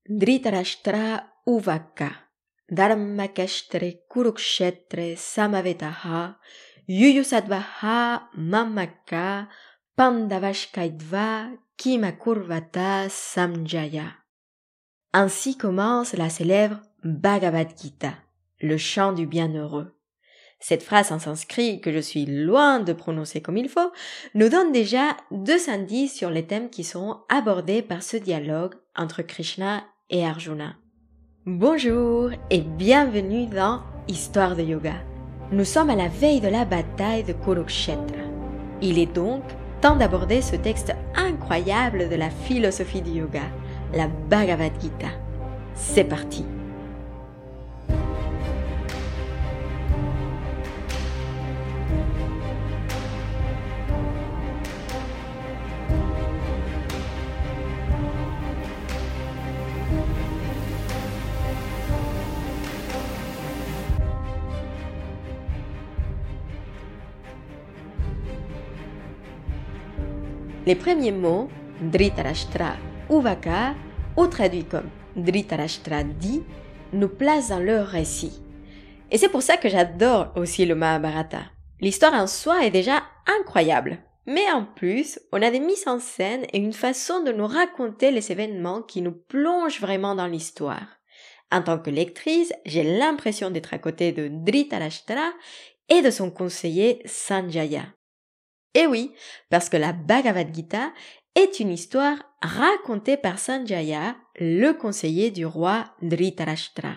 Dhritarashtra Uvaka, Dharmakashtre Kurukshetre Samavetaha, Yuyusadvaha Mamaka, Pandavashkaidva Kimakurvata Samjaya. Ainsi commence la célèbre Bhagavad Gita, le chant du bienheureux. Cette phrase en sanskrit, que je suis loin de prononcer comme il faut, nous donne déjà 2 indices sur les thèmes qui seront abordés par ce dialogue entre Krishna et Arjuna. Bonjour et bienvenue dans Histoire de Yoga. Nous sommes à la veille de la bataille de Kurukshetra. Il est donc temps d'aborder ce texte incroyable de la philosophie du yoga, la Bhagavad Gita. C'est parti! Les premiers mots, Dhritarashtra Uvaka, ou traduit comme Dhritarashtra dit, nous placent dans leur récit. Et c'est pour ça que j'adore aussi le Mahabharata. L'histoire en soi est déjà incroyable. Mais en plus, on a des mises en scène et une façon de nous raconter les événements qui nous plongent vraiment dans l'histoire. En tant que lectrice, j'ai l'impression d'être à côté de Dhritarashtra et de son conseiller Sanjaya. Et oui, parce que la Bhagavad Gita est une histoire racontée par Sanjaya, le conseiller du roi Dhritarashtra.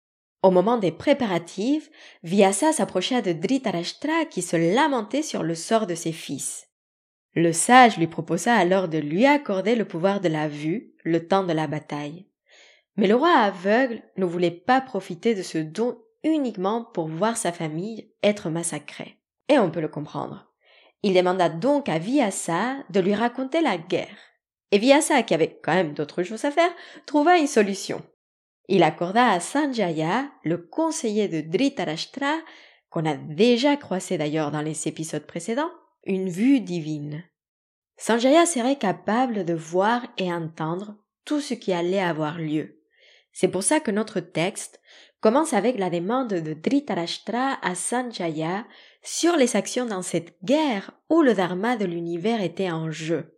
Au moment des préparatifs, Vyasa s'approcha de Dhritarashtra qui se lamentait sur le sort de ses fils. Le sage lui proposa alors de lui accorder le pouvoir de la vue, le temps de la bataille. Mais le roi aveugle ne voulait pas profiter de ce don uniquement pour voir sa famille être massacrée. Et on peut le comprendre. Il demanda donc à Vyasa de lui raconter la guerre. Et Vyasa, qui avait quand même d'autres choses à faire, trouva une solution. Il accorda à Sanjaya, le conseiller de Dhritarashtra, qu'on a déjà croisé d'ailleurs dans les épisodes précédents, une vue divine. Sanjaya serait capable de voir et entendre tout ce qui allait avoir lieu. C'est pour ça que notre texte commence avec la demande de Dhritarashtra à Sanjaya sur les actions dans cette guerre où le dharma de l'univers était en jeu.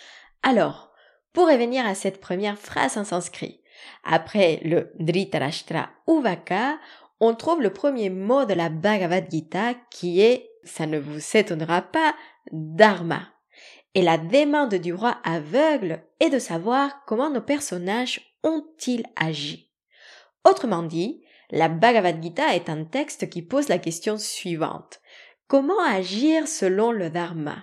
Alors, pour revenir à cette première phrase en sanskrit, après le Dhritarashtra Uvaka, on trouve le premier mot de la Bhagavad Gita qui est, ça ne vous étonnera pas, dharma. Et la demande du roi aveugle est de savoir comment nos personnages ont-ils agi. Autrement dit, la Bhagavad Gita est un texte qui pose la question suivante. Comment agir selon le dharma?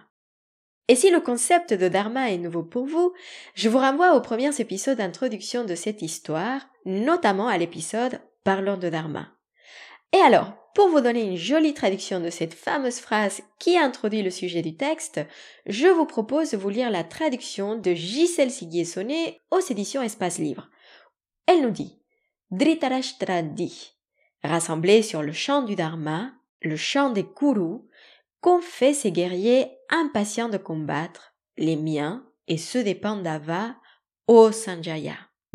Et si le concept de dharma est nouveau pour vous, je vous renvoie aux premiers épisodes d'introduction de cette histoire, notamment à l'épisode « Parlons de dharma ». Et alors, pour vous donner une jolie traduction de cette fameuse phrase qui introduit le sujet du texte, je vous propose de vous lire la traduction de Gisèle Siguier-Sonnet aux éditions Espace Livre. Elle nous dit « Dhritarashtra dit, rassemblés sur le champ du dharma, le champ des Kurus, qu'ont fait ces guerriers impatients de combattre, les miens et ceux des Pandavas, ô Sanjaya. »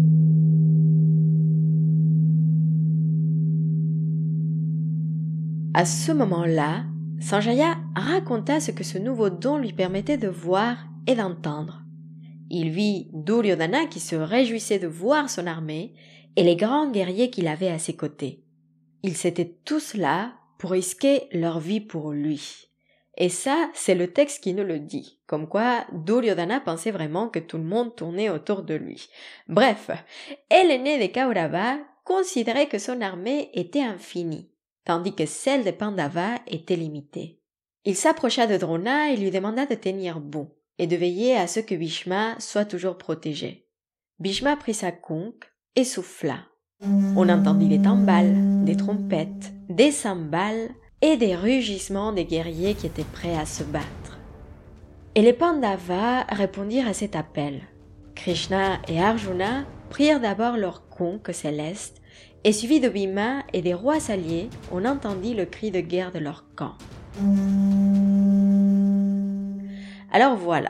À ce moment-là, Sanjaya raconta ce que ce nouveau don lui permettait de voir et d'entendre. Il vit Duryodhana qui se réjouissait de voir son armée et les grands guerriers qu'il avait à ses côtés. Ils étaient tous là pour risquer leur vie pour lui. Et ça, c'est le texte qui nous le dit, comme quoi Duryodhana pensait vraiment que tout le monde tournait autour de lui. Bref, et l'aîné des Kauravas considérait que son armée était infinie, tandis que celle des Pandavas était limitée. Il s'approcha de Drona et lui demanda de tenir bon et de veiller à ce que Bhishma soit toujours protégé. Bhishma prit sa conque et souffla. On entendit des timbales, des trompettes, des cymbales et des rugissements des guerriers qui étaient prêts à se battre. Et les Pandavas répondirent à cet appel. Krishna et Arjuna prirent d'abord leur conque céleste et suivis de Bhima et des rois alliés, on entendit le cri de guerre de leur camp. Alors voilà,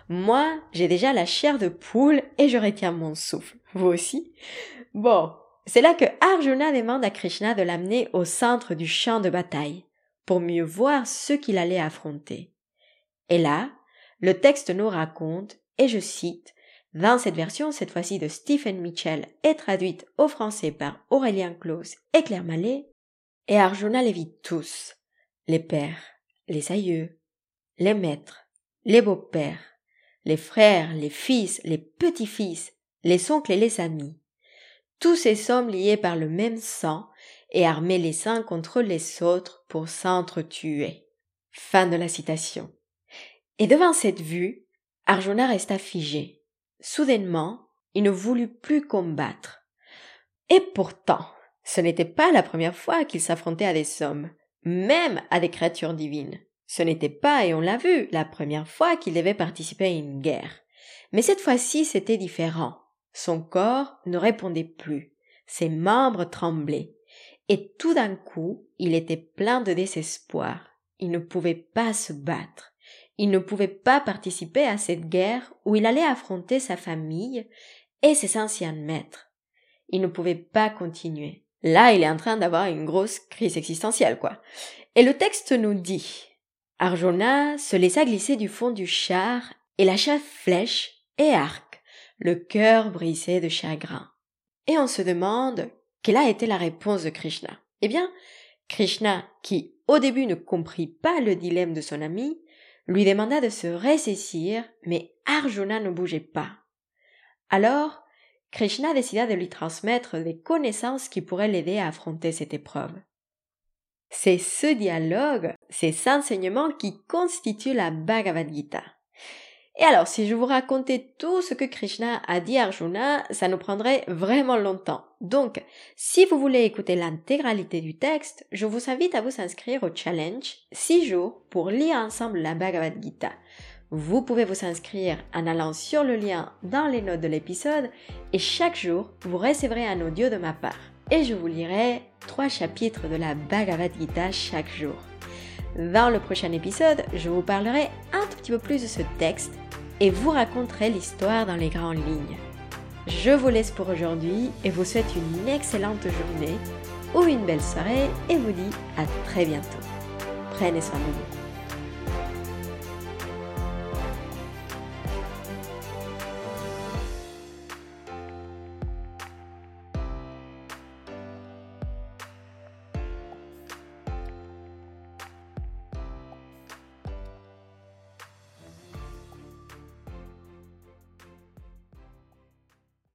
Moi, j'ai déjà la chair de poule et je retiens mon souffle. Vous aussi? Bon, c'est là que Arjuna demande à Krishna de l'amener au centre du champ de bataille pour mieux voir ce qu'il allait affronter. Et là, le texte nous raconte, et je cite, dans cette version, cette fois-ci de Stephen Mitchell et traduite au français par Aurélien Claus et Claire Mallet, et Arjuna les vit tous, les pères, les aïeux, les maîtres, les beaux-pères, les frères, les fils, les petits-fils, les oncles et les amis. Tous ces hommes liés par le même sang et armés les uns contre les autres pour s'entretuer. Fin de la citation. Et devant cette vue, Arjuna resta figé. Soudainement, il ne voulut plus combattre. Et pourtant, ce n'était pas la première fois qu'il s'affrontait à des hommes, même à des créatures divines. Ce n'était pas, et on l'a vu, la première fois qu'il devait participer à une guerre. Mais cette fois-ci, c'était différent. Son corps ne répondait plus. Ses membres tremblaient. Et tout d'un coup, il était plein de désespoir. Il ne pouvait pas se battre. Il ne pouvait pas participer à cette guerre où il allait affronter sa famille et ses anciens maîtres. Il ne pouvait pas continuer. Là, il est en train d'avoir une grosse crise existentielle, quoi. Et le texte nous dit: Arjuna se laissa glisser du fond du char et lâcha flèche et arc, le cœur brisé de chagrin. Et on se demande quelle a été la réponse de Krishna. Eh bien, Krishna, qui au début ne comprit pas le dilemme de son ami, lui demanda de se ressaisir, mais Arjuna ne bougeait pas. Alors, Krishna décida de lui transmettre des connaissances qui pourraient l'aider à affronter cette épreuve. C'est ce dialogue, ces enseignements qui constituent la Bhagavad Gita. Et alors, si je vous racontais tout ce que Krishna a dit à Arjuna, ça nous prendrait vraiment longtemps. Donc, si vous voulez écouter l'intégralité du texte, je vous invite à vous inscrire au challenge 6 jours pour lire ensemble la Bhagavad Gita. Vous pouvez vous inscrire en allant sur le lien dans les notes de l'épisode et chaque jour, vous recevrez un audio de ma part. Et je vous lirai 3 chapitres de la Bhagavad Gita chaque jour. Dans le prochain épisode, je vous parlerai un tout petit peu plus de ce texte et vous raconterai l'histoire dans les grandes lignes. Je vous laisse pour aujourd'hui et vous souhaite une excellente journée ou une belle soirée et vous dis à très bientôt. Prenez soin de vous.